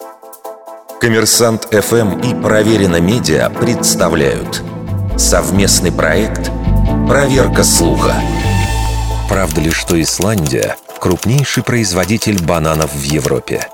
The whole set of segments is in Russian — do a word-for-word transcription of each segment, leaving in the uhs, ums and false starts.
Коммерсант эф эм и Проверено Медиа представляют совместный проект «Проверка слуха». Правда ли, что Исландия – крупнейший производитель бананов в Европе?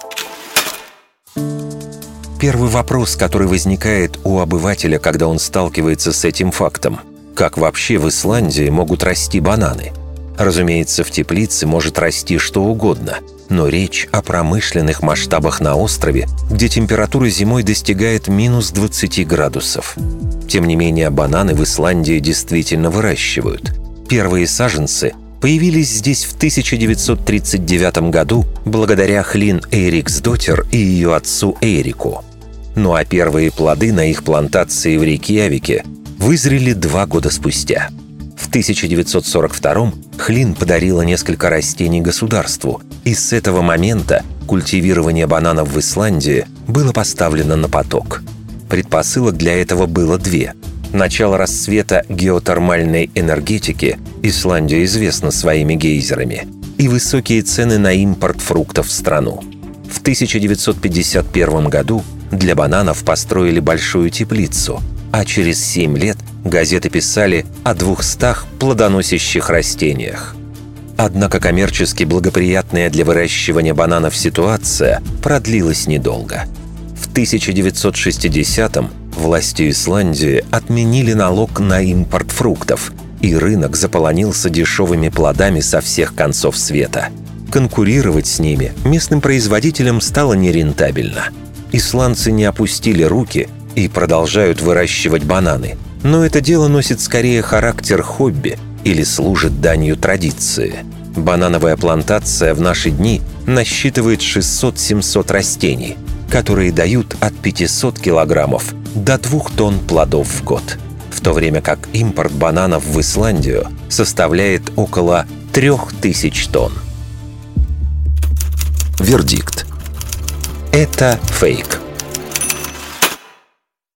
Первый вопрос, который возникает у обывателя, когда он сталкивается с этим фактом – как вообще в Исландии могут расти бананы? Разумеется, в теплице может расти что угодно, но речь о промышленных масштабах на острове, где температура зимой достигает минус двадцати градусов. Тем не менее, бананы в Исландии действительно выращивают. Первые саженцы появились здесь в тысяча девятьсот тридцать девятом году благодаря Хлин Эйриксдоттир и ее отцу Эйрику. Ну а первые плоды на их плантации в Рейкьявике вызрели два года спустя. В тысяча девятьсот сорок втором Хлин подарила несколько растений государству, и с этого момента культивирование бананов в Исландии было поставлено на поток. Предпосылок для этого было две. Начало расцвета геотермальной энергетики, Исландия известна своими гейзерами, и высокие цены на импорт фруктов в страну. В тысяча девятьсот пятьдесят первом году для бананов построили большую теплицу, а через семь лет газеты писали о двухстах плодоносящих растениях. Однако коммерчески благоприятная для выращивания бананов ситуация продлилась недолго. В тысяча девятьсот шестидесятом власти Исландии отменили налог на импорт фруктов, и рынок заполонился дешевыми плодами со всех концов света. Конкурировать с ними местным производителям стало нерентабельно. Исландцы не опустили руки и продолжают выращивать бананы, но это дело носит скорее характер хобби или служит данью традиции. Банановая плантация в наши дни насчитывает шестьсот-семьсот растений, которые дают от пятисот килограммов до двух тонн плодов в год, в то время как импорт бананов в Исландию составляет около трех тысяч тонн. Вердикт. Это фейк.